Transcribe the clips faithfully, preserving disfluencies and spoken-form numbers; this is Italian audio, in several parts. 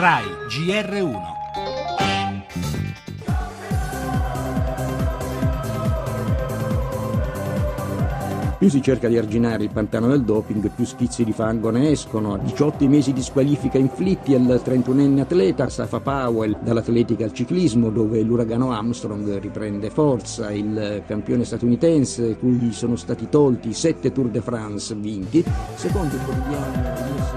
RAI G R uno. Più si cerca di arginare il pantano del doping, più schizzi di fango ne escono. diciotto mesi di squalifica inflitti al trentunenne atleta Safa Powell dall'atletica al ciclismo, dove l'uragano Armstrong riprende forza. Il campione statunitense, cui sono stati tolti sette Tour de France vinti, secondo il quotidiano.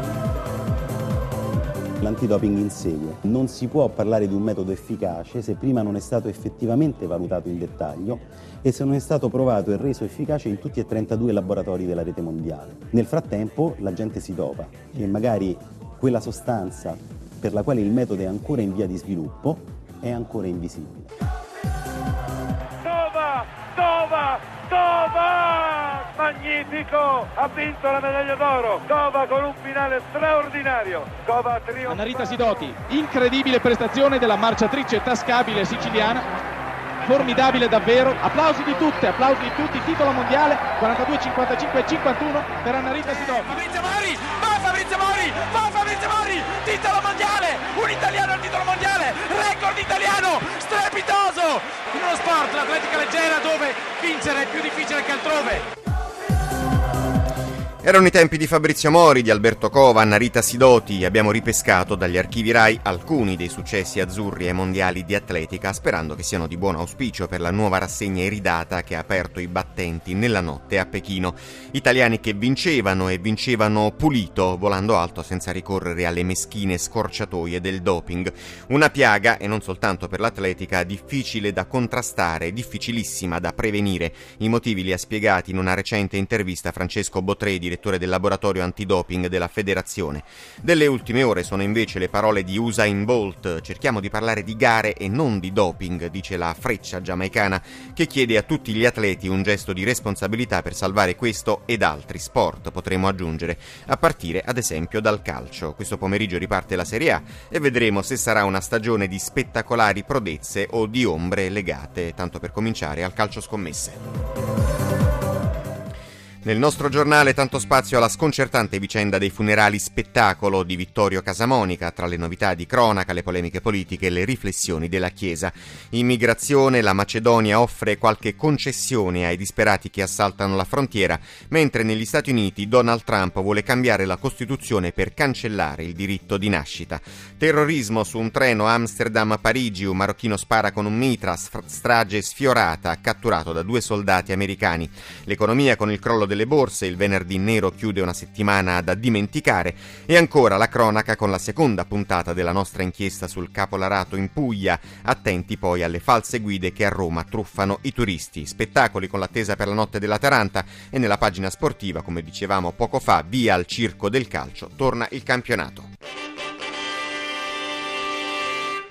L'antidoping insegue. Non si può parlare di un metodo efficace se prima non è stato effettivamente valutato in dettaglio e se non è stato provato e reso efficace in tutti e trentadue laboratori della rete mondiale. Nel frattempo la gente si dopa e magari quella sostanza per la quale il metodo è ancora in via di sviluppo è ancora invisibile. Tova! Tova! Tova! Magnifico! Ha vinto la medaglia d'oro! Tova con un finale straordinario! Tova trionfa! Anna Rita Sidoti, incredibile prestazione della marciatrice tascabile siciliana. Formidabile davvero, applausi di tutte, applausi di tutti, titolo mondiale quarantadue cinquantacinque cinquantuno per Anna Rita Sidoti. Fabrizio Mori, va Fabrizio Mori, va Fabrizio Mori, titolo mondiale, un italiano al titolo mondiale, record italiano, strepitoso, in uno sport, l'atletica leggera, dove vincere è più difficile che altrove. Erano i tempi di Fabrizio Mori, di Alberto Cova, Anna Rita Sidoti. Abbiamo ripescato dagli archivi RAI alcuni dei successi azzurri ai mondiali di atletica, sperando che siano di buon auspicio per la nuova rassegna iridata che ha aperto i battenti nella notte a Pechino. Italiani che vincevano e vincevano pulito, volando alto senza ricorrere alle meschine scorciatoie del doping. Una piaga, e non soltanto per l'atletica, difficile da contrastare, difficilissima da prevenire. I motivi li ha spiegati in una recente intervista Francesco Botredi, direttore del laboratorio antidoping della federazione. Delle ultime ore sono invece le parole di Usain Bolt. Cerchiamo di parlare di gare e non di doping, dice la freccia giamaicana, che chiede a tutti gli atleti un gesto di responsabilità per salvare questo ed altri sport, potremo aggiungere, a partire ad esempio dal calcio. Questo pomeriggio riparte la Serie A e vedremo se sarà una stagione di spettacolari prodezze o di ombre legate, tanto per cominciare, al calcio scommesse. Nel nostro giornale tanto spazio alla sconcertante vicenda dei funerali spettacolo di Vittorio Casamonica, tra le novità di cronaca, le polemiche politiche e le riflessioni della Chiesa. Immigrazione, la Macedonia offre qualche concessione ai disperati che assaltano la frontiera, mentre negli Stati Uniti Donald Trump vuole cambiare la Costituzione per cancellare il diritto di nascita. Terrorismo su un treno Amsterdam-Parigi, un marocchino spara con un mitra, strage sfiorata, catturato da due soldati americani. L'economia con il crollo delle borse, il venerdì nero chiude una settimana da dimenticare e ancora la cronaca con la seconda puntata della nostra inchiesta sul capolarato in Puglia, attenti poi alle false guide che a Roma truffano i turisti. Spettacoli con l'attesa per la notte della Taranta e nella pagina sportiva, come dicevamo poco fa, via al circo del calcio, torna il campionato.